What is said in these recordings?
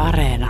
Areena.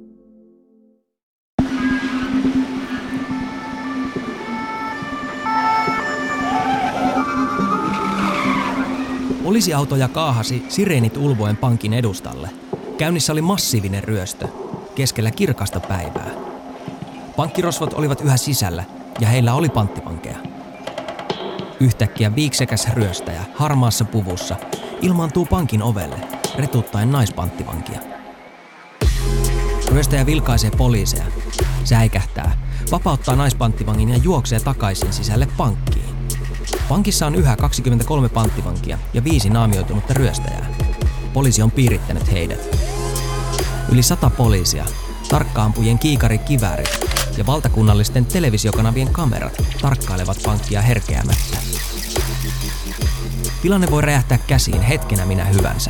Poliisiautoja kaahasi sireenit ulvoen pankin edustalle. Käynnissä oli massiivinen ryöstö, keskellä kirkasta päivää. Pankkirosvot olivat yhä sisällä ja heillä oli panttivankeja. Yhtäkkiä viiksekäs ryöstäjä harmaassa puvussa ilmaantuu pankin ovelle, retuttaen naispanttivankia. Ryöstäjä vilkaisee poliiseja, säikähtää, vapauttaa naispanttivangin ja juoksee takaisin sisälle pankkiin. Pankissa on yhä 23 panttivankia ja 5 naamioitunutta ryöstäjää. Poliisi on piirittänyt heidät. Yli 100 poliisia, tarkka-ampujien kiikarikiväärit ja valtakunnallisten televisiokanavien kamerat tarkkailevat pankkia herkeämättä. Tilanne voi räjähtää käsiin hetkenä minä hyvänsä.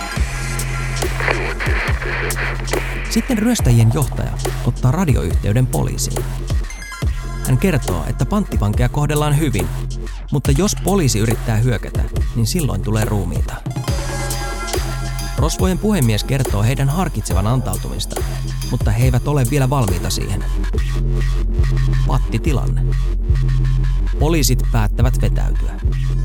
Sitten ryöstäjien johtaja ottaa radioyhteyden poliisiin. Hän kertoo, että panttivankeja kohdellaan hyvin, mutta jos poliisi yrittää hyökätä, niin silloin tulee ruumiita. Rosvojen puhemies kertoo heidän harkitsevan antautumista, mutta he eivät ole vielä valmiita siihen. Pattitilanne. Poliisit päättävät vetäytyä.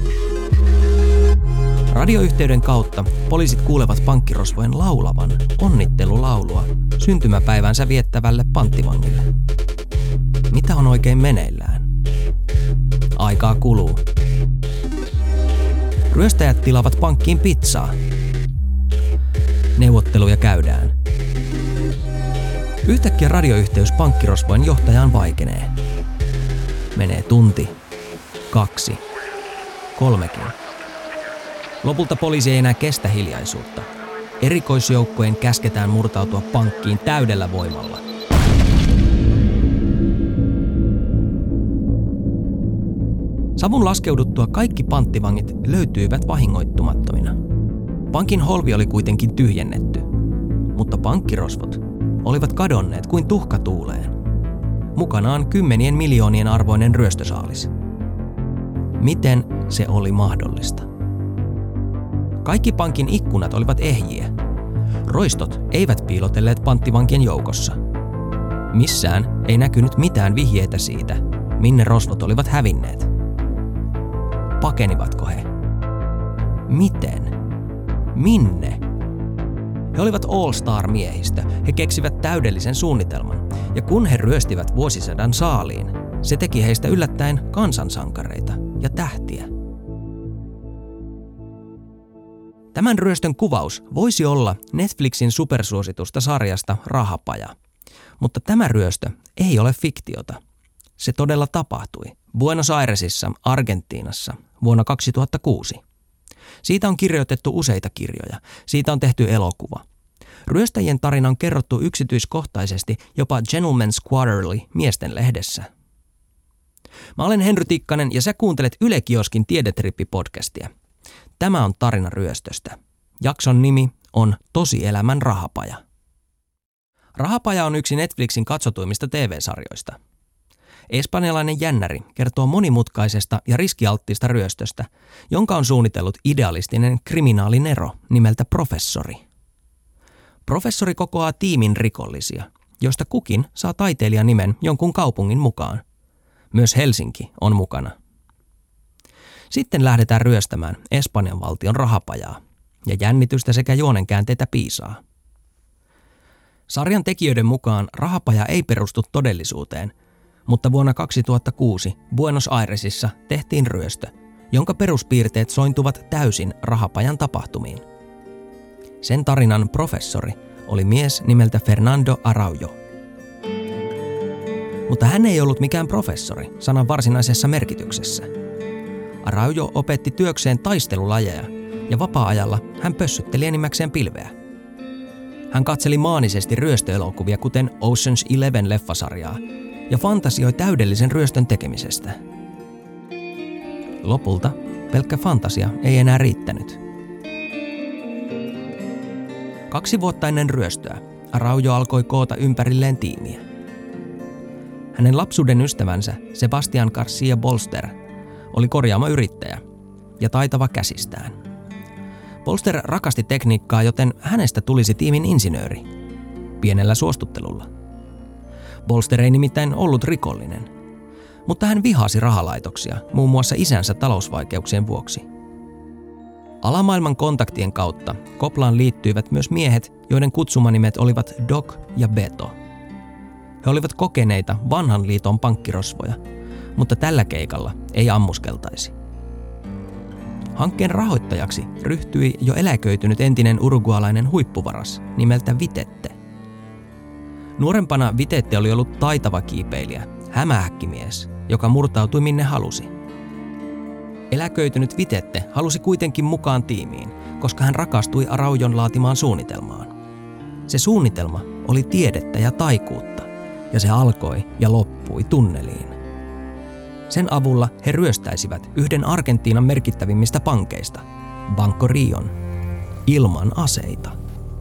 Radioyhteyden kautta poliisit kuulevat pankkirosvojen laulavan onnittelulaulua syntymäpäivänsä viettävälle panttivangille. Mitä on oikein meneillään? Aikaa kuluu. Ryöstäjät tilaavat pankkiin pizzaa. Neuvotteluja käydään. Yhtäkkiä radioyhteys pankkirosvojen johtajaan vaikenee. Menee tunti, 2, 3. Lopulta poliisi ei enää kestä hiljaisuutta. Erikoisjoukkojen käsketään murtautua pankkiin täydellä voimalla. Savun laskeuduttua kaikki panttivangit löytyivät vahingoittumattomina. Pankin holvi oli kuitenkin tyhjennetty, mutta pankkirosvot olivat kadonneet kuin tuhka tuuleen. Mukanaan 10 miljoonien arvoinen ryöstösaalis. Miten se oli mahdollista? Kaikki pankin ikkunat olivat ehjiä. Roistot eivät piilotelleet panttivankien joukossa. Missään ei näkynyt mitään vihjeitä siitä, minne rosvot olivat hävinneet. Pakenivatko he? Miten? Minne? He olivat all-star-miehistö. He keksivät täydellisen suunnitelman. Ja kun he ryöstivät vuosisadan saaliin, se teki heistä yllättäen kansansankareita ja tähtiä. Tämän ryöstön kuvaus voisi olla Netflixin supersuositusta sarjasta Rahapaja. Mutta tämä ryöstö ei ole fiktiota. Se todella tapahtui Buenos Airesissa, Argentiinassa vuonna 2006. Siitä on kirjoitettu useita kirjoja. Siitä on tehty elokuva. Ryöstäjien tarina on kerrottu yksityiskohtaisesti jopa Gentleman's Quarterly miesten lehdessä. Mä olen Henry Tikkanen ja sä kuuntelet Yle Kioskin Tiedetrippi-podcastia. Tämä on tarina ryöstöstä. Jakson nimi on Tosielämän rahapaja. Rahapaja on yksi Netflixin katsotuimmista TV-sarjoista. Espanjalainen jännäri kertoo monimutkaisesta ja riskialttiista ryöstöstä, jonka on suunnitellut idealistinen kriminaalinero nimeltä Professori. Professori kokoaa tiimin rikollisia, joista kukin saa taiteilijan nimen jonkun kaupungin mukaan. Myös Helsinki on mukana. Sitten lähdetään ryöstämään Espanjan valtion rahapajaa, ja jännitystä sekä juonenkäänteitä piisaa. Sarjan tekijöiden mukaan rahapaja ei perustu todellisuuteen, mutta vuonna 2006 Buenos Airesissa tehtiin ryöstö, jonka peruspiirteet sointuvat täysin rahapajan tapahtumiin. Sen tarinan professori oli mies nimeltä Fernando Araujo. Mutta hän ei ollut mikään professori sanan varsinaisessa merkityksessä. Araujo opetti työkseen taistelulajeja ja vapaa-ajalla hän pössytteli enimmäkseen pilveä. Hän katseli maanisesti ryöstöelokuvia kuten Ocean's 11-leffasarjaa ja fantasioi täydellisen ryöstön tekemisestä. Lopulta pelkkä fantasia ei enää riittänyt. 2 vuotta ennen ryöstöä Araujo alkoi koota ympärilleen tiimiä. Hänen lapsuuden ystävänsä Sebastian Garcia Bolster oli korjaamoyrittäjä ja taitava käsistään. Bolster rakasti tekniikkaa, joten hänestä tulisi tiimin insinööri. pienellä suostuttelulla. Bolster ei nimittäin ollut rikollinen, mutta hän vihasi rahalaitoksia muun muassa isänsä talousvaikeuksien vuoksi. Alamaailman kontaktien kautta Koplaan liittyivät myös miehet, joiden kutsumanimet olivat Doc ja Beto. He olivat kokeneita vanhan liiton pankkirosvoja, mutta tällä keikalla ei ammuskeltaisi. Hankkeen rahoittajaksi ryhtyi jo eläköitynyt entinen urugualainen huippuvaras nimeltä Vitette. Nuorempana Vitette oli ollut taitava kiipeilijä, hämähäkkimies, joka murtautui minne halusi. Eläköitynyt Vitette halusi kuitenkin mukaan tiimiin, koska hän rakastui Araujon laatimaan suunnitelmaan. Se suunnitelma oli tiedettä ja taikuutta, ja se alkoi ja loppui tunneliin. Sen avulla he ryöstäisivät yhden Argentiinan merkittävimmistä pankeista, Banco Rion, ilman aseita.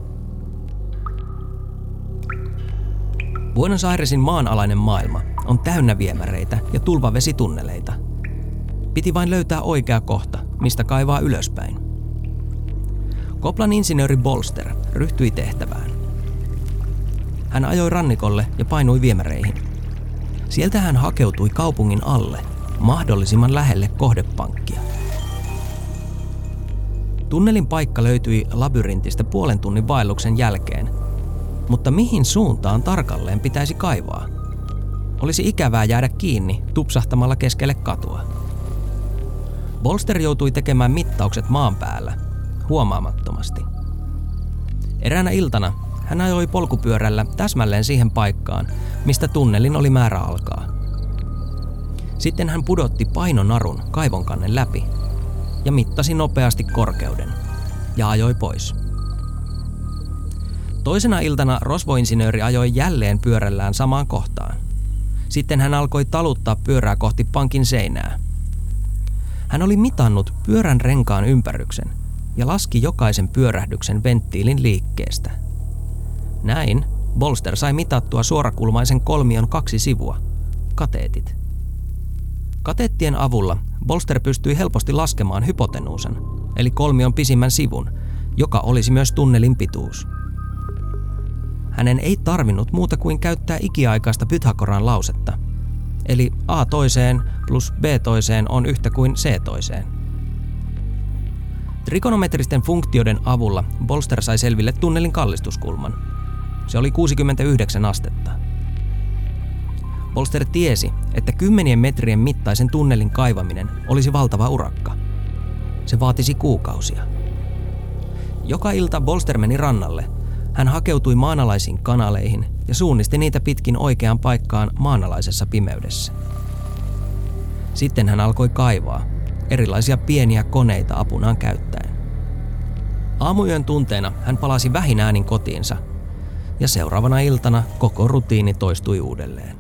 Buenos Airesin maanalainen maailma on täynnä viemäreitä ja tulvavesitunneleita. Piti vain löytää oikea kohta, mistä kaivaa ylöspäin. Koplan insinööri Bolster ryhtyi tehtävään. Hän ajoi rannikolle ja painui viemäreihin. Sieltä hän hakeutui kaupungin alle, mahdollisimman lähelle kohdepankkia. Tunnelin paikka löytyi labyrintistä puolen tunnin vaelluksen jälkeen, mutta mihin suuntaan tarkalleen pitäisi kaivaa? Olisi ikävää jäädä kiinni tupsahtamalla keskelle katua. Bolster joutui tekemään mittaukset maan päällä, huomaamattomasti. Eräänä iltana hän ajoi polkupyörällä täsmälleen siihen paikkaan, mistä tunnelin oli määrä alkaa. Sitten hän pudotti painonarun kaivonkannen läpi ja mittasi nopeasti korkeuden ja ajoi pois. Toisena iltana rosvoinsinööri ajoi jälleen pyörällään samaan kohtaan. Sitten hän alkoi taluttaa pyörää kohti pankin seinää. Hän oli mitannut pyörän renkaan ympäryksen ja laski jokaisen pyörähdyksen venttiilin liikkeestä. Näin Bolster sai mitattua suorakulmaisen kolmion 2 sivua, kateetit. Kateettien avulla Bolster pystyi helposti laskemaan hypotenuusan, eli kolmion pisimmän sivun, joka olisi myös tunnelin pituus. Hänen ei tarvinnut muuta kuin käyttää ikiaikaista Pythagoran lausetta, eli A toiseen plus B toiseen on yhtä kuin C toiseen. Trigonometristen funktioiden avulla Bolster sai selville tunnelin kallistuskulman. Se oli 69 astetta. Bolster tiesi, että 10 metrien mittaisen tunnelin kaivaminen olisi valtava urakka. Se vaatisi kuukausia. Joka ilta Bolster meni rannalle. Hän hakeutui maanalaisiin kanaleihin ja suunnisti niitä pitkin oikeaan paikkaan maanalaisessa pimeydessä. Sitten hän alkoi kaivaa, erilaisia pieniä koneita apunaan käyttäen. Aamuyön tunteena hän palasi vähin äänin kotiinsa, ja seuraavana iltana koko rutiini toistui uudelleen.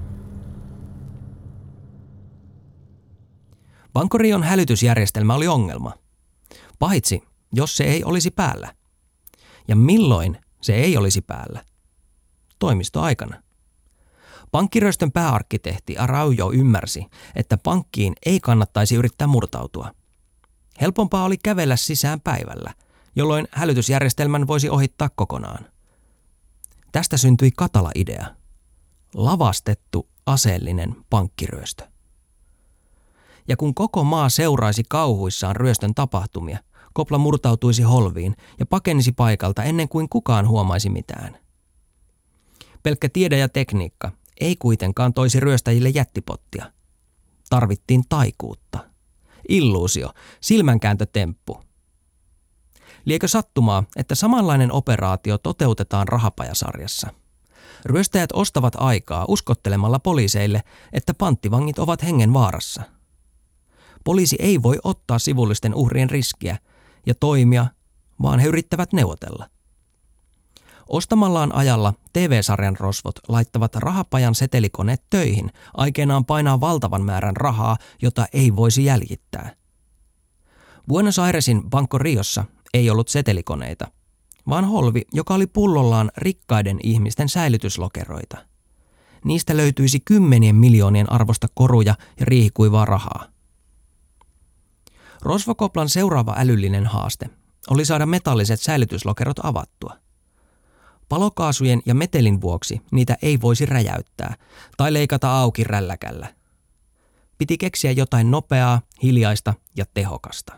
Banco Rion hälytysjärjestelmä oli ongelma, paitsi jos se ei olisi päällä. Ja milloin se ei olisi päällä? Toimistoaikana. Pankkiryöstön pääarkkitehti Araujo ymmärsi, että pankkiin ei kannattaisi yrittää murtautua. Helpompaa oli kävellä sisään päivällä, jolloin hälytysjärjestelmän voisi ohittaa kokonaan. Tästä syntyi katala idea. Lavastettu aseellinen pankkiryöstö. Ja kun koko maa seuraisi kauhuissaan ryöstön tapahtumia, Kopla murtautuisi holviin ja pakenisi paikalta ennen kuin kukaan huomaisi mitään. Pelkkä tiede ja tekniikka ei kuitenkaan toisi ryöstäjille jättipottia. Tarvittiin taikuutta. Illuusio, silmänkääntötemppu. Liekö sattumaa, että samanlainen operaatio toteutetaan Rahapajasarjassa? Ryöstäjät ostavat aikaa uskottelemalla poliiseille, että panttivangit ovat hengen vaarassa. Poliisi ei voi ottaa sivullisten uhrien riskiä ja toimia, vaan he yrittävät neuvotella. Ostamallaan ajalla TV-sarjan rosvot laittavat Rahapajan setelikoneet töihin aikeenaan painaa valtavan määrän rahaa, jota ei voisi jäljittää. Buenos Airesin Banco Riossa ei ollut setelikoneita, vaan holvi, joka oli pullollaan rikkaiden ihmisten säilytyslokeroita. Niistä löytyisi 10 miljoonien arvosta koruja ja riihikuivaa rahaa. Rosvokoplan seuraava älyllinen haaste oli saada metalliset säilytyslokerot avattua. Palokaasujen ja metelin vuoksi niitä ei voisi räjäyttää tai leikata auki rälläkällä. Piti keksiä jotain nopeaa, hiljaista ja tehokasta.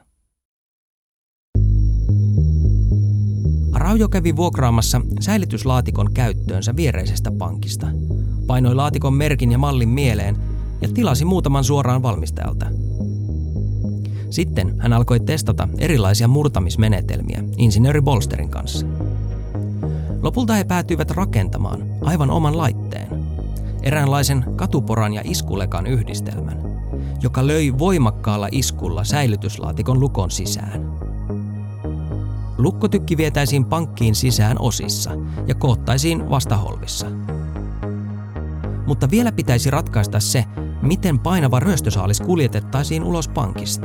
Araujo kävi vuokraamassa säilytyslaatikon käyttöönsä viereisestä pankista, painoi laatikon merkin ja mallin mieleen ja tilasi muutaman suoraan valmistajalta. Sitten hän alkoi testata erilaisia murtamismenetelmiä insinööri Bolsterin kanssa. Lopulta he päätyivät rakentamaan aivan oman laitteen, eräänlaisen katuporan ja iskulekan yhdistelmän, joka löi voimakkaalla iskulla säilytyslaatikon lukon sisään. Lukkotykki vietäisiin pankkiin sisään osissa ja koottaisiin vastaholvissa. Mutta vielä pitäisi ratkaista se, miten painava ryöstösaalis kuljetettaisiin ulos pankista.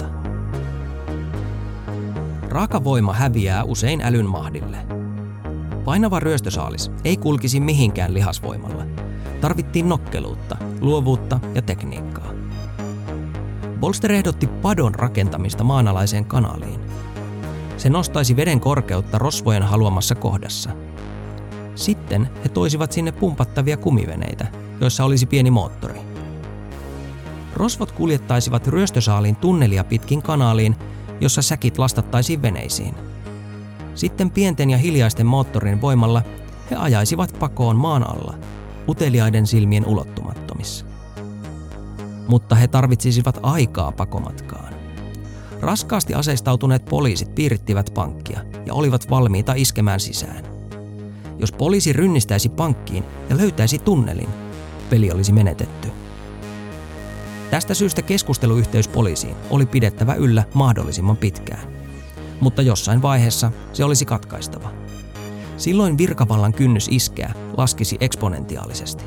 Raaka voima häviää usein älyn mahdille. Painava ryöstösaalis ei kulkisi mihinkään lihasvoimalla. Tarvittiin nokkeluutta, luovuutta ja tekniikkaa. Bolster ehdotti padon rakentamista maanalaiseen kanaaliin. Se nostaisi veden korkeutta rosvojen haluamassa kohdassa. Sitten he toisivat sinne pumpattavia kumiveneitä, joissa olisi pieni moottori. Rosvot kuljettaisivat ryöstösaaliin tunnelia pitkin kanaaliin, jossa säkit lastattaisiin veneisiin. Sitten pienten ja hiljaisten moottorin voimalla he ajaisivat pakoon maan alla, uteliaiden silmien ulottumattomissa. Mutta he tarvitsisivat aikaa pakomatkaan. Raskaasti aseistautuneet poliisit piirittivät pankkia ja olivat valmiita iskemään sisään. Jos poliisi rynnistäisi pankkiin ja löytäisi tunnelin, peli olisi menetetty. Tästä syystä keskusteluyhteys poliisiin oli pidettävä yllä mahdollisimman pitkään. Mutta jossain vaiheessa se olisi katkaistava. Silloin virkavallan kynnys iskeä laskisi eksponentiaalisesti.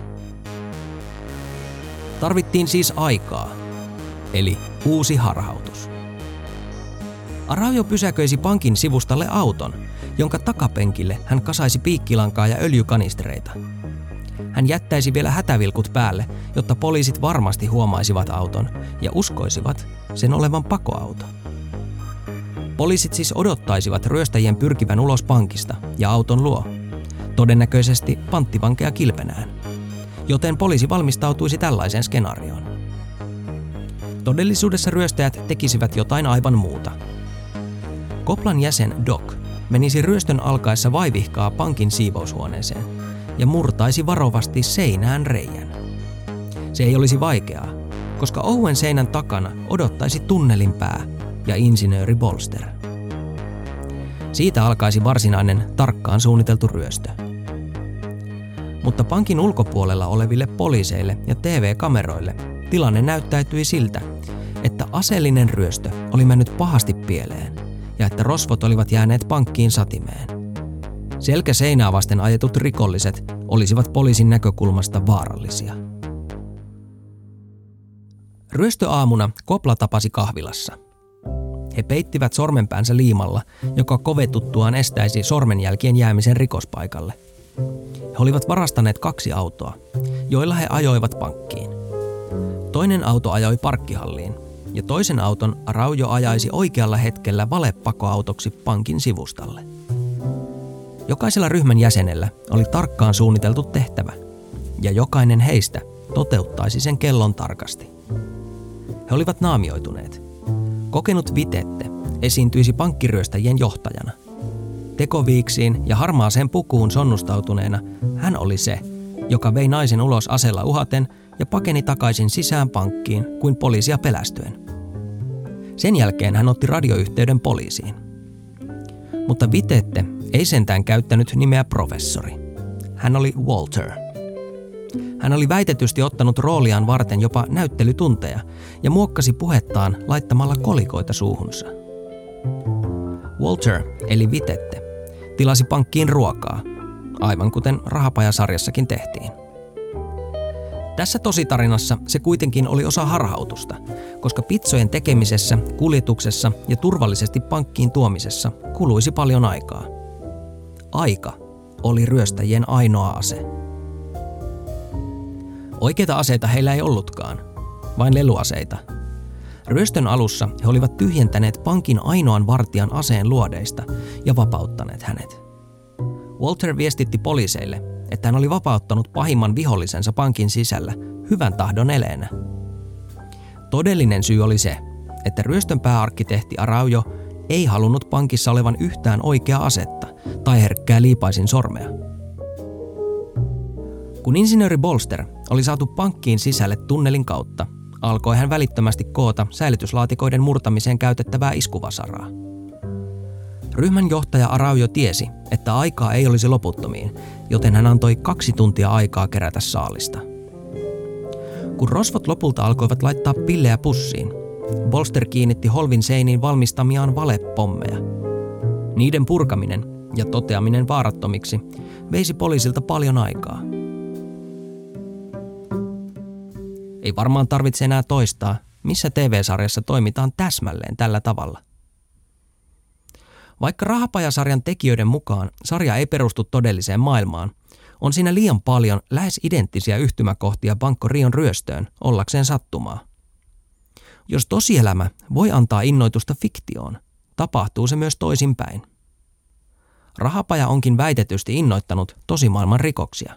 Tarvittiin siis aikaa, eli uusi harhautus. Araujo pysäköisi pankin sivustalle auton, jonka takapenkille hän kasaisi piikkilankaa ja öljykanistereita. Hän jättäisi vielä hätävilkut päälle, jotta poliisit varmasti huomaisivat auton ja uskoisivat sen olevan pakoauto. Poliisit siis odottaisivat ryöstäjien pyrkivän ulos pankista ja auton luo, todennäköisesti panttivankeja kilpenään, joten poliisi valmistautuisi tällaiseen skenaarioon. Todellisuudessa ryöstäjät tekisivät jotain aivan muuta. Koplan jäsen Doc menisi ryöstön alkaessa vaivihkaa pankin siivoushuoneeseen ja murtaisi varovasti seinään reijän. Se ei olisi vaikeaa, koska ohuen seinän takana odottaisi tunnelin pää ja insinööri Bolster. Siitä alkaisi varsinainen tarkkaan suunniteltu ryöstö. Mutta pankin ulkopuolella oleville poliiseille ja TV-kameroille tilanne näyttäytyi siltä, että aseellinen ryöstö oli mennyt pahasti pieleen ja että rosvot olivat jääneet pankkiin satimeen. Selkä seinää vasten ajetut rikolliset olisivat poliisin näkökulmasta vaarallisia. Ryöstöaamuna Kopla tapasi kahvilassa. He peittivät sormenpäänsä liimalla, joka kovetuttuaan estäisi sormenjälkien jäämisen rikospaikalle. He olivat varastaneet 2 autoa, joilla he ajoivat pankkiin. Toinen auto ajoi parkkihalliin ja toisen auton Araujo ajaisi oikealla hetkellä valepakoautoksi pankin sivustalle. Jokaisella ryhmän jäsenellä oli tarkkaan suunniteltu tehtävä ja jokainen heistä toteuttaisi sen kellon tarkasti. He olivat naamioituneet. Kokenut Vitette esiintyisi pankkiryöstäjien johtajana. Tekoviiksiin ja harmaaseen pukuun sonnustautuneena hän oli se, joka vei naisen ulos aseella uhaten ja pakeni takaisin sisään pankkiin kuin poliisia pelästyen. Sen jälkeen hän otti radioyhteyden poliisiin. Mutta Vitette ei sentään käyttänyt nimeä professori. Hän oli Walter. Hän oli väitetysti ottanut rooliaan varten jopa näyttelytunteja ja muokkasi puhettaan laittamalla kolikoita suuhunsa. Walter, eli Vitette, tilasi pankkiin ruokaa, aivan kuten Rahapajasarjassakin tehtiin. Tässä tositarinassa se kuitenkin oli osa harhautusta, koska pitsojen tekemisessä, kuljetuksessa ja turvallisesti pankkiin tuomisessa kuluisi paljon aikaa. Aika oli ryöstäjien ainoa ase. Oikeita aseita heillä ei ollutkaan, vain leluaseita. Ryöstön alussa he olivat tyhjentäneet pankin ainoan vartijan aseen luodeista ja vapauttaneet hänet. Walter viestitti poliiseille, että hän oli vapauttanut pahimman vihollisensa pankin sisällä hyvän tahdon eleenä. Todellinen syy oli se, että ryöstön pääarkkitehti Araujo ei halunnut pankissa olevan yhtään oikeaa asetta tai herkkää liipaisin sormea. Kun insinööri Bolster oli saatu pankkiin sisälle tunnelin kautta, alkoi hän välittömästi koota säilytyslaatikoiden murtamiseen käytettävää iskuvasaraa. Ryhmän johtaja Araujo tiesi, että aikaa ei olisi loputtomiin, joten hän antoi 2 tuntia aikaa kerätä saalista. Kun rosvot lopulta alkoivat laittaa pillejä pussiin, Bolster kiinnitti holvin seiniin valmistamiaan valepommeja. Niiden purkaminen ja toteaminen vaarattomiksi veisi poliisilta paljon aikaa. Ei varmaan tarvitse enää toistaa, missä TV-sarjassa toimitaan täsmälleen tällä tavalla. Vaikka Rahapajasarjan tekijöiden mukaan sarja ei perustu todelliseen maailmaan, on siinä liian paljon lähes identtisiä yhtymäkohtia Banco Rion ryöstöön ollakseen sattumaa. Jos tosielämä voi antaa innoitusta fiktioon, tapahtuu se myös toisinpäin. Rahapaja onkin väitetysti innoittanut tosimaailman rikoksia.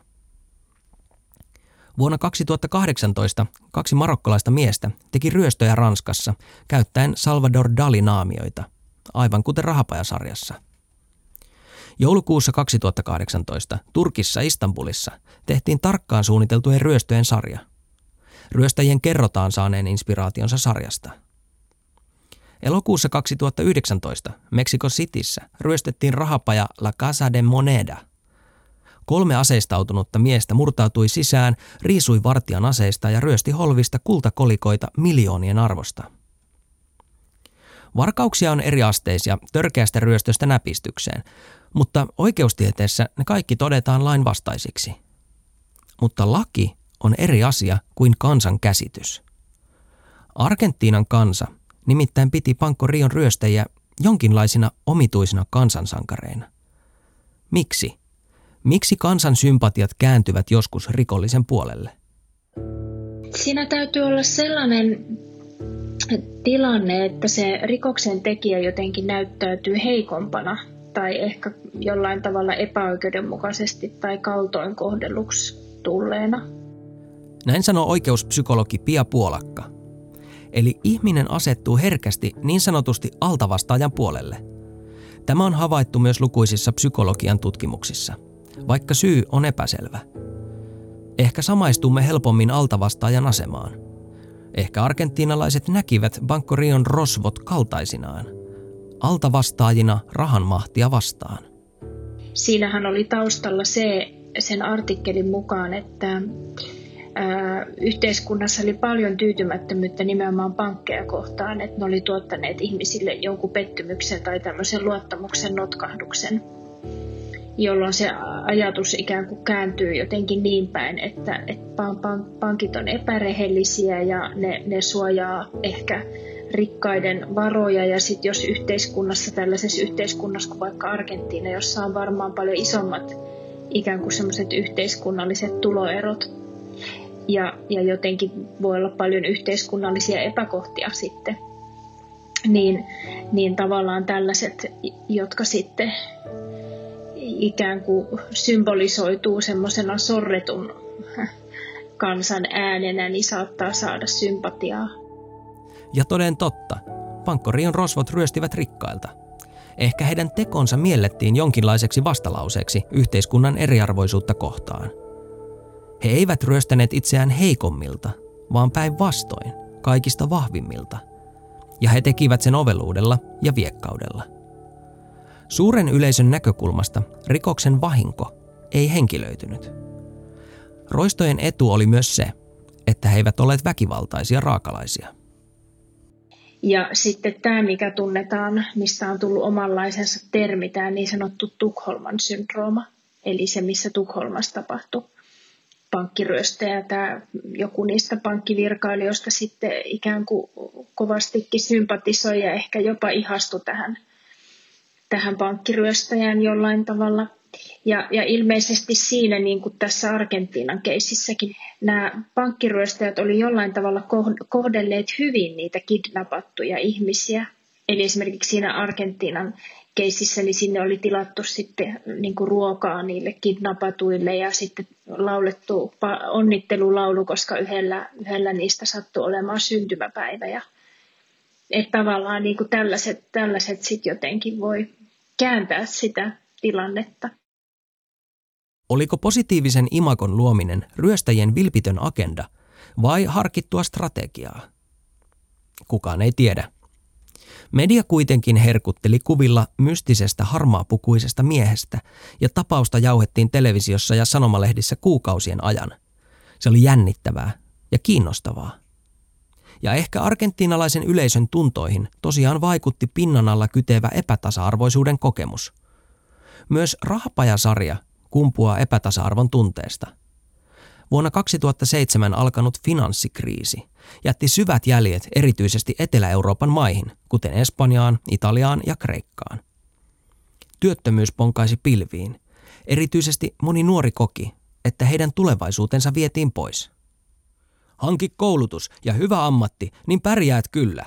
Vuonna 2018 2 marokkolaista miestä teki ryöstöjä Ranskassa käyttäen Salvador Dali-naamioita, aivan kuten Rahapajasarjassa. Joulukuussa 2018 Turkissa Istanbulissa tehtiin tarkkaan suunniteltujen ryöstöjen sarja. Ryöstäjien kerrotaan saaneen inspiraationsa sarjasta. Elokuussa 2019 Mexico Cityssä ryöstettiin rahapaja La Casa de Moneda. 3 aseistautunutta miestä murtautui sisään, riisui vartijan aseista ja ryösti holvista kultakolikoita miljoonien arvosta. Varkauksia on eriasteisia törkeästä ryöstöstä näpistykseen, mutta oikeustieteessä ne kaikki todetaan lainvastaisiksi. Mutta laki on eri asia kuin kansan käsitys. Argentiinan kansa nimittäin piti Banco Rion ryöstäjiä jonkinlaisina omituisina kansansankareina. Miksi? Miksi kansan sympatiat kääntyvät joskus rikollisen puolelle? Siinä täytyy olla sellainen tilanne, että se rikoksen tekijä jotenkin näyttäytyy heikompana tai ehkä jollain tavalla epäoikeudenmukaisesti tai kaltoin kohdelluksi tulleena. Näin sanoo oikeuspsykologi Pia Puolakka. Eli ihminen asettuu herkästi niin sanotusti altavastaajan puolelle. Tämä on havaittu myös lukuisissa psykologian tutkimuksissa, vaikka syy on epäselvä. Ehkä samaistumme helpommin altavastaajan asemaan. Ehkä argentiinalaiset näkivät Banco Rion rosvot kaltaisinaan, altavastaajina rahanmahtia vastaan. Siinähän oli taustalla sen artikkelin mukaan, että yhteiskunnassa oli paljon tyytymättömyyttä nimenomaan pankkeja kohtaan, että ne oli tuottaneet ihmisille jonkun pettymyksen tai tämmöisen luottamuksen notkahduksen, jolloin se ajatus ikään kuin kääntyy jotenkin niin päin, että pankit on epärehellisiä ja ne suojaa ehkä rikkaiden varoja. Ja sitten jos tällaisessa yhteiskunnassa kuin vaikka Argentiina, jossa on varmaan paljon isommat ikään kuin semmoiset yhteiskunnalliset tuloerot ja jotenkin voi olla paljon yhteiskunnallisia epäkohtia sitten, niin tavallaan tällaiset, jotka sitten ikään kuin symbolisoituu semmoisena sorretun kansan äänenä, niin saattaa saada sympatiaa. Ja toden totta, Banco Rion rosvot ryöstivät rikkailta. Ehkä heidän tekonsa miellettiin jonkinlaiseksi vastalauseeksi yhteiskunnan eriarvoisuutta kohtaan. He eivät ryöstäneet itseään heikommilta, vaan päinvastoin kaikista vahvimmilta. Ja he tekivät sen oveluudella ja viekkaudella. Suuren yleisön näkökulmasta rikoksen vahinko ei henkilöitynyt. Roistojen etu oli myös se, että he eivät olleet väkivaltaisia raakalaisia. Ja sitten tämä, mikä tunnetaan, mistä on tullut omanlaisensa termi, tämä niin sanottu Tukholman syndrooma, eli se, missä Tukholmassa tapahtui pankkiryöstöjä. Tämä joku niistä pankkivirkailijoista sitten ikään kuin kovastikin sympatisoi ja ehkä jopa ihastui tähän pankkiryöstäjään jollain tavalla. Ja ilmeisesti siinä, niin kuin tässä Argentiinan keississäkin, nämä pankkiryöstäjät oli jollain tavalla kohdelleet hyvin niitä kidnappattuja ihmisiä. Eli esimerkiksi siinä Argentiinan keississä, niin sinne oli tilattu sitten niin kuin ruokaa niille kidnappatuille ja sitten laulettu onnittelulaulu, koska yhdellä niistä sattui olemaan syntymäpäivä. Ja että tavallaan niin kuin tällaiset sitten jotenkin voi kääntää sitä tilannetta. Oliko positiivisen imagon luominen ryöstäjien vilpitön agenda vai harkittua strategiaa? Kukaan ei tiedä. Media kuitenkin herkutteli kuvilla mystisestä harmaapukuisesta miehestä ja tapausta jauhettiin televisiossa ja sanomalehdissä kuukausien ajan. Se oli jännittävää ja kiinnostavaa. Ja ehkä argentiinalaisen yleisön tuntoihin tosiaan vaikutti pinnan alla kytevä epätasa-arvoisuuden kokemus. Myös Rahapajasarja kumpuaa epätasa-arvon tunteesta. Vuonna 2007 alkanut finanssikriisi jätti syvät jäljet erityisesti Etelä-Euroopan maihin, kuten Espanjaan, Italiaan ja Kreikkaan. Työttömyys ponkaisi pilviin. Erityisesti moni nuori koki, että heidän tulevaisuutensa vietiin pois. Hanki koulutus ja hyvä ammatti, niin pärjäät kyllä.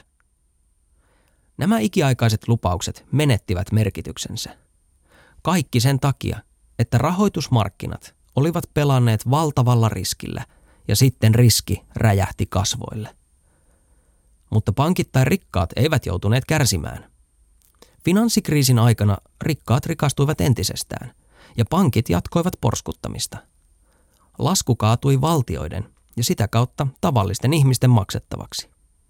Nämä ikiaikaiset lupaukset menettivät merkityksensä. Kaikki sen takia, että rahoitusmarkkinat olivat pelanneet valtavalla riskillä ja sitten riski räjähti kasvoille. Mutta pankit tai rikkaat eivät joutuneet kärsimään. Finanssikriisin aikana rikkaat rikastuivat entisestään ja pankit jatkoivat porskuttamista. Lasku kaatui valtioiden ja sitä kautta tavallisten ihmisten maksettavaksi.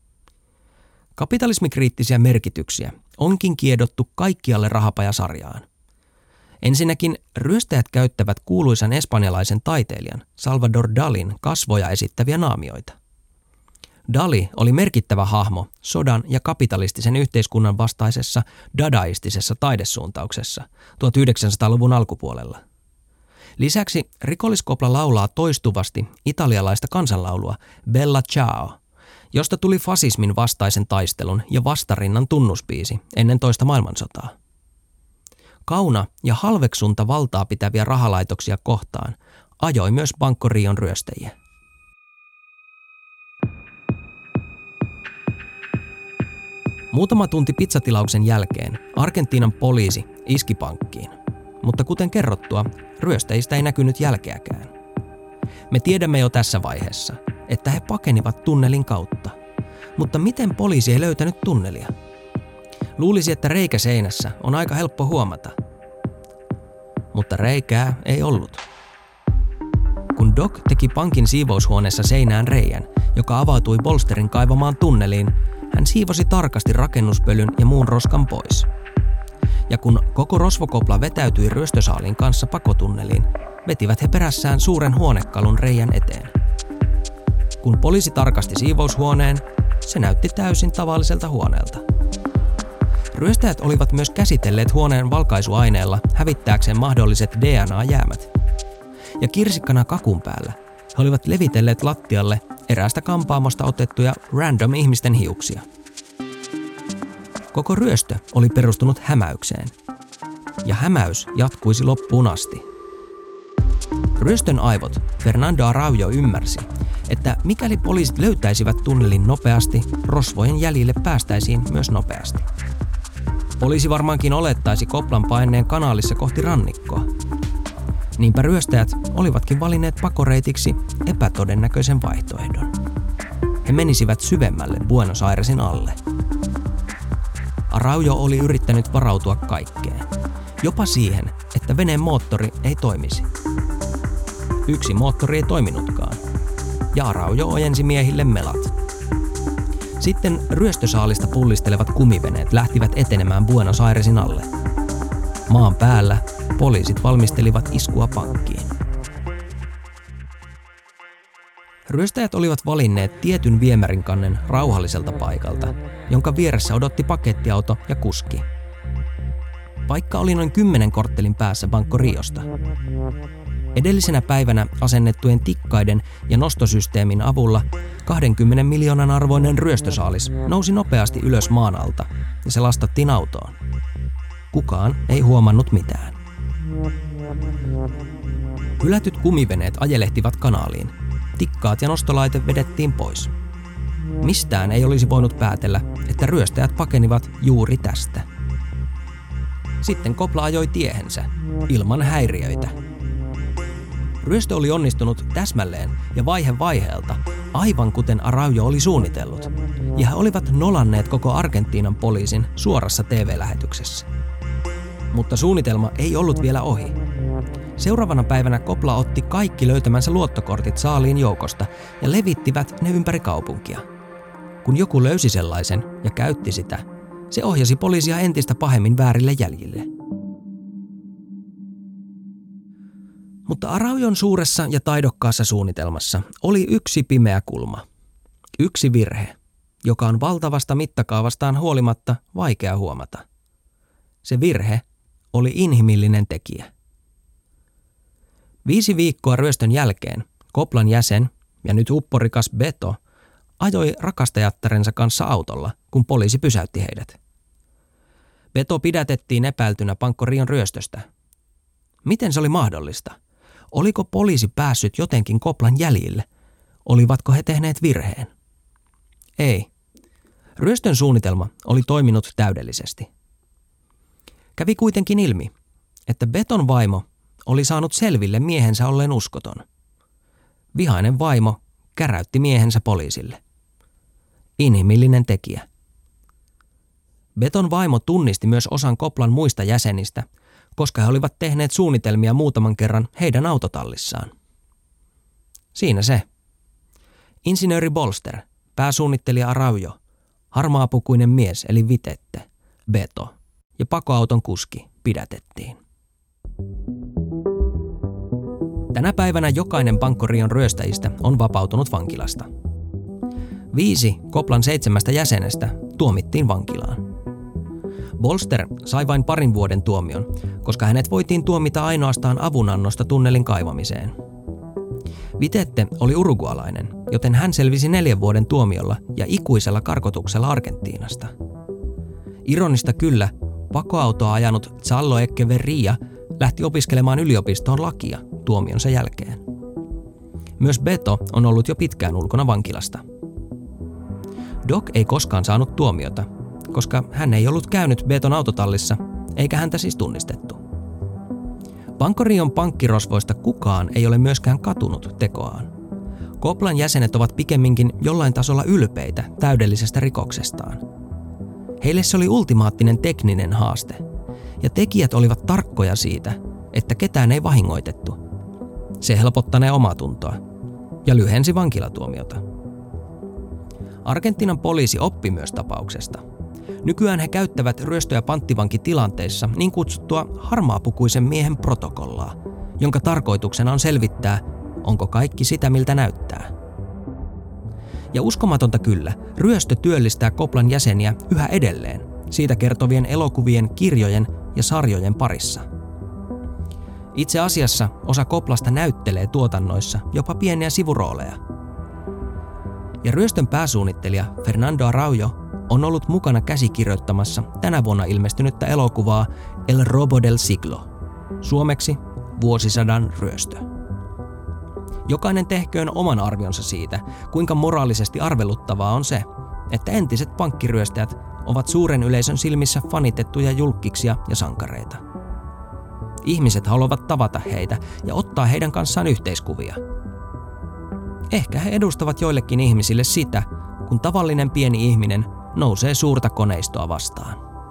Kapitalismikriittisiä merkityksiä onkin kiedottu kaikkialle Rahapajasarjaan. Ensinnäkin ryöstäjät käyttävät kuuluisan espanjalaisen taiteilijan Salvador Dalin kasvoja esittäviä naamioita. Dali oli merkittävä hahmo sodan ja kapitalistisen yhteiskunnan vastaisessa dadaistisessa taidesuuntauksessa 1900-luvun alkupuolella. Lisäksi rikolliskopla laulaa toistuvasti italialaista kansanlaulua Bella Ciao, josta tuli fasismin vastaisen taistelun ja vastarinnan tunnusbiisi ennen toista maailmansotaa. Kauna ja halveksunta valtaa pitäviä rahalaitoksia kohtaan ajoi myös Banco Rion ryöstäjiä. Muutama tunti pizzatilauksen jälkeen Argentiinan poliisi iski pankkiin, mutta kuten kerrottua, ryöstäjistä ei näkynyt jälkeäkään. Me tiedämme jo tässä vaiheessa, että he pakenivat tunnelin kautta, mutta miten poliisi ei löytänyt tunnelia? Luulisi, että reikä seinässä on aika helppo huomata. Mutta reikää ei ollut. Kun Doc teki pankin siivoushuoneessa seinään reijän, joka avautui Bolsterin kaivamaan tunneliin, hän siivosi tarkasti rakennuspölyn ja muun roskan pois. Ja kun koko rosvokopla vetäytyi ryöstösaalin kanssa pakotunneliin, vetivät he perässään suuren huonekalun reijän eteen. Kun poliisi tarkasti siivoushuoneen, se näytti täysin tavalliselta huoneelta. Ryöstäjät olivat myös käsitelleet huoneen valkaisuaineella hävittääkseen mahdolliset DNA-jäämät. Ja kirsikkana kakun päällä he olivat levitelleet lattialle eräästä kampaamosta otettuja random ihmisten hiuksia. Koko ryöstö oli perustunut hämäykseen. Ja hämäys jatkuisi loppuun asti. Ryöstön aivot Fernando Araujo ymmärsi, että mikäli poliisit löytäisivät tunnelin nopeasti, rosvojen jäljille päästäisiin myös nopeasti. Poliisi varmaankin olettaisi koplan paineen kanaalissa kohti rannikkoa. Niinpä ryöstäjät olivatkin valinneet pakoreitiksi epätodennäköisen vaihtoehdon. He menisivät syvemmälle Buenos Airesin alle. Araujo oli yrittänyt varautua kaikkeen, jopa siihen, että veneen moottori ei toimisi. Yksi moottori ei toiminutkaan, ja Araujo ojensi miehille melat. Sitten ryöstösaalista pullistelevat kumiveneet lähtivät etenemään Buenos Airesin alle. Maan päällä poliisit valmistelivat iskua pankkiin. Ryöstäjät olivat valinneet tietyn viemärinkannen rauhalliselta paikalta, jonka vieressä odotti pakettiauto ja kuski. Paikka oli noin 10 korttelin päässä Banco Riosta. Edellisenä päivänä asennettujen tikkaiden ja nostosysteemin avulla 20 miljoonan arvoinen ryöstösaalis nousi nopeasti ylös maan alta ja se lastattiin autoon. Kukaan ei huomannut mitään. Hylätyt kumiveneet ajelehtivat kanaaliin. Tikkaat ja nostolaite vedettiin pois. Mistään ei olisi voinut päätellä, että ryöstäjät pakenivat juuri tästä. Sitten Kopla ajoi tiehensä, ilman häiriöitä. Ryöstö oli onnistunut täsmälleen ja vaihe vaiheelta, aivan kuten Araujo oli suunnitellut, ja he olivat nolanneet koko Argentiinan poliisin suorassa TV-lähetyksessä. Mutta suunnitelma ei ollut vielä ohi. Seuraavana päivänä Kopla otti kaikki löytämänsä luottokortit saaliin joukosta ja levittivät ne ympäri kaupunkia. Kun joku löysi sellaisen ja käytti sitä, se ohjasi poliisia entistä pahemmin väärille jäljille. Mutta Araujon suuressa ja taidokkaassa suunnitelmassa oli yksi pimeä kulma. Yksi virhe, joka on valtavasta mittakaavastaan huolimatta vaikea huomata. Se virhe oli inhimillinen tekijä. 5 viikkoa ryöstön jälkeen Koplan jäsen ja nyt upporikas Beto ajoi rakastajattarensa kanssa autolla, kun poliisi pysäytti heidät. Beto pidätettiin epäiltynä Banco Rion ryöstöstä. Miten se oli mahdollista? Oliko poliisi päässyt jotenkin Koplan jäljille? Olivatko he tehneet virheen? Ei. Ryöstön suunnitelma oli toiminut täydellisesti. Kävi kuitenkin ilmi, että Beton vaimo oli saanut selville miehensä olleen uskoton. Vihainen vaimo käräytti miehensä poliisille. Inhimillinen tekijä. Beton vaimo tunnisti myös osan Koplan muista jäsenistä, koska he olivat tehneet suunnitelmia muutaman kerran heidän autotallissaan. Siinä se. Insinööri Bolster, pääsuunnittelija Araujo, harmaapukuinen mies eli Vitette, Beto ja pakoauton kuski pidätettiin. Tänä päivänä jokainen Banco Rion ryöstäjistä on vapautunut vankilasta. 5 Koplan 7 jäsenestä tuomittiin vankilaan. Bolster sai vain 2 vuoden tuomion, koska hänet voitiin tuomita ainoastaan avunannosta tunnelin kaivamiseen. Vitette oli urugualainen, joten hän selvisi 4 vuoden tuomiolla ja ikuisella karkotuksella Argentiinasta. Ironista kyllä, pakoautoa ajanut Zallo Echeverria lähti opiskelemaan yliopistoon lakia tuomionsa jälkeen. Myös Beto on ollut jo pitkään ulkona vankilasta. Doc ei koskaan saanut tuomiota, koska hän ei ollut käynyt Beton autotallissa, eikä häntä siis tunnistettu. Banco Rion pankkirosvoista kukaan ei ole myöskään katunut tekoaan. Koplan jäsenet ovat pikemminkin jollain tasolla ylpeitä täydellisestä rikoksestaan. Heille se oli ultimaattinen tekninen haaste, ja tekijät olivat tarkkoja siitä, että ketään ei vahingoitettu. Se helpottanee omatuntoa ja lyhensi vankilatuomiota. Argentiinan poliisi oppi myös tapauksesta. Nykyään he käyttävät ryöstö- ja panttivankitilanteissa niin kutsuttua harmaapukuisen miehen protokollaa, jonka tarkoituksena on selvittää, onko kaikki sitä, miltä näyttää. Ja uskomatonta kyllä, ryöstö työllistää Koplan jäseniä yhä edelleen, siitä kertovien elokuvien, kirjojen ja sarjojen parissa. Itse asiassa osa Koplasta näyttelee tuotannoissa jopa pieniä sivurooleja. Ja ryöstön pääsuunnittelija Fernando Araujo on ollut mukana käsikirjoittamassa tänä vuonna ilmestynyttä elokuvaa El Robo del Siglo, suomeksi vuosisadan ryöstö. Jokainen tehköön oman arvionsa siitä, kuinka moraalisesti arveluttavaa on se, että entiset pankkiryöstäjät ovat suuren yleisön silmissä fanitettuja julkkiksia ja sankareita. Ihmiset haluavat tavata heitä ja ottaa heidän kanssaan yhteiskuvia. Ehkä he edustavat joillekin ihmisille sitä, kun tavallinen pieni ihminen nousee suurta koneistoa vastaan.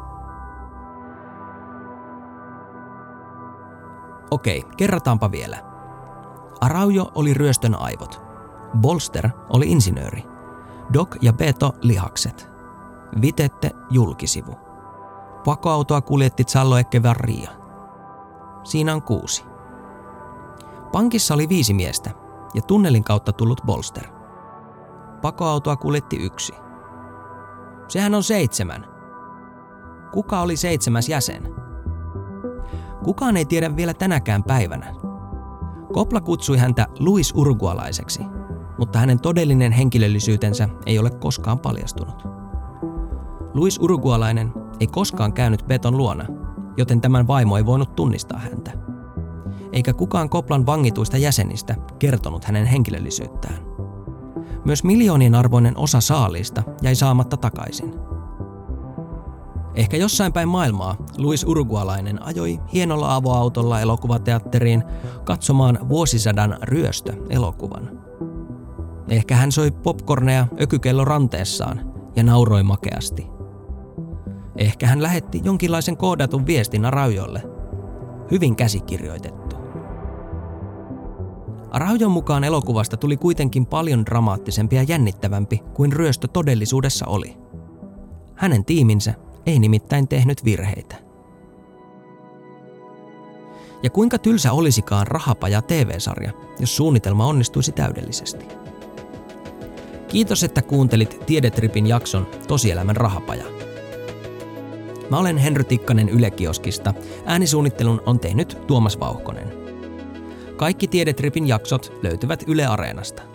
Okei, kerrataanpa vielä. Araujo oli ryöstön aivot. Bolster oli insinööri. Doc ja Beto lihakset. Vitette julkisivu. Pakoautoa kuljetti Zallo Echeverria. Siinä on 6. Pankissa oli 5 miestä ja tunnelin kautta tullut Bolster. Pakoautoa kuljetti 1. Sehän on 7. Kuka oli 7. jäsen? Kukaan ei tiedä vielä tänäkään päivänä. Kopla kutsui häntä Luis Urugualaiseksi, mutta hänen todellinen henkilöllisyytensä ei ole koskaan paljastunut. Luis Urugualainen ei koskaan käynyt Beton luona, joten tämän vaimo ei voinut tunnistaa häntä. Eikä kukaan Koplan vangituista jäsenistä kertonut hänen henkilöllisyyttään. Myös miljoonien arvoinen osa saaliista jäi saamatta takaisin. Ehkä jossain päin maailmaa Luis Urugualainen ajoi hienolla avoautolla elokuvateatteriin katsomaan vuosisadan ryöstö-elokuvan. Ehkä hän soi popcorneja ökykello ranteessaan ja nauroi makeasti. Ehkä hän lähetti jonkinlaisen koodatun viestin Araujolle. Hyvin käsikirjoitettu. Araujon mukaan elokuvasta tuli kuitenkin paljon dramaattisempi ja jännittävämpi kuin ryöstö todellisuudessa oli. Hänen tiiminsä ei nimittäin tehnyt virheitä. Ja kuinka tylsä olisikaan Rahapaja TV-sarja, jos suunnitelma onnistuisi täydellisesti. Kiitos, että kuuntelit Tiedetripin jakson Tosielämän rahapaja. Mä olen Henry Tikkanen Yle-kioskista. Äänisuunnittelun on tehnyt Tuomas Vauhkonen. Kaikki Tiedetripin jaksot löytyvät Yle Areenasta.